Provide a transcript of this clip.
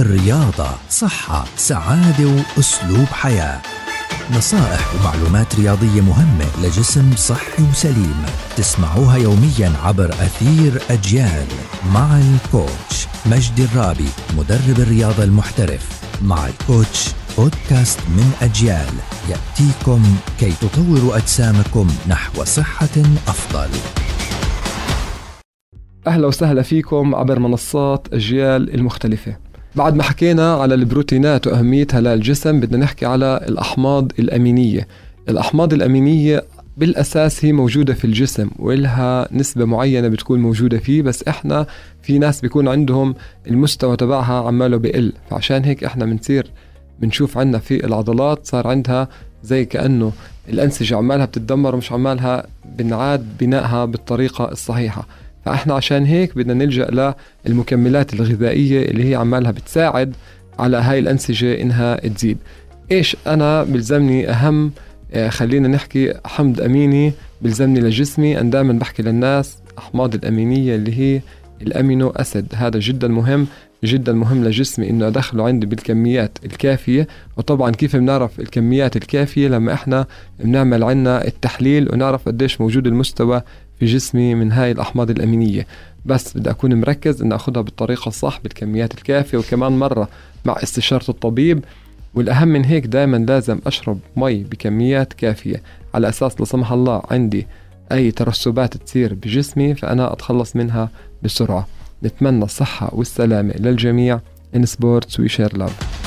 الرياضة، صحة، سعادة وأسلوب حياة. نصائح ومعلومات رياضية مهمة لجسم صحي وسليم، تسمعوها يوميا عبر أثير أجيال مع الكوتش مجدي الرابي، مدرب الرياضة المحترف. مع الكوتش بودكاست من أجيال يأتيكم كي تطوروا أجسامكم نحو صحة أفضل. أهلا وسهلا فيكم عبر منصات أجيال المختلفة. بعد ما حكينا على البروتينات وأهميتها للجسم، بدنا نحكي على الأحماض الأمينية. الأحماض الأمينية بالأساس هي موجودة في الجسم ولها نسبة معينة بتكون موجودة فيه، بس إحنا في ناس بيكون عندهم المستوى تبعها عماله بقل، فعشان هيك إحنا بنشوف عنا في العضلات صار عندها زي كأنه الأنسجة عمالها بتتدمر ومش عمالها بنعاد بنائها بالطريقة الصحيحة. فإحنا عشان هيك بدنا نلجأ للمكملات الغذائية اللي هي عمالها بتساعد على هاي الأنسجة إنها تزيد. إيش أنا بلزمني أهم خلينا نحكي حمض أميني بلزمني لجسمي؟ أنا دائما بحكي للناس أحماض الأمينية اللي هي الأمينو أسيد، هذا جدا مهم لجسمي إنه أدخله عندي بالكميات الكافية. وطبعا كيف بنعرف الكميات الكافية؟ لما إحنا بنعمل عنا التحليل ونعرف قديش موجود المستوى في جسمي من هاي الأحماض الأمينية. بس بدي أكون مركز إن أخذها بالطريقة الصح بالكميات الكافية، وكمان مرة مع استشارة الطبيب. والأهم من هيك دائما لازم أشرب مي بكميات كافية، على أساس لا سمح الله عندي أي ترسبات تصير بجسمي فأنا أتخلص منها بسرعة. نتمنى الصحة والسلامة للجميع. In sports we share love.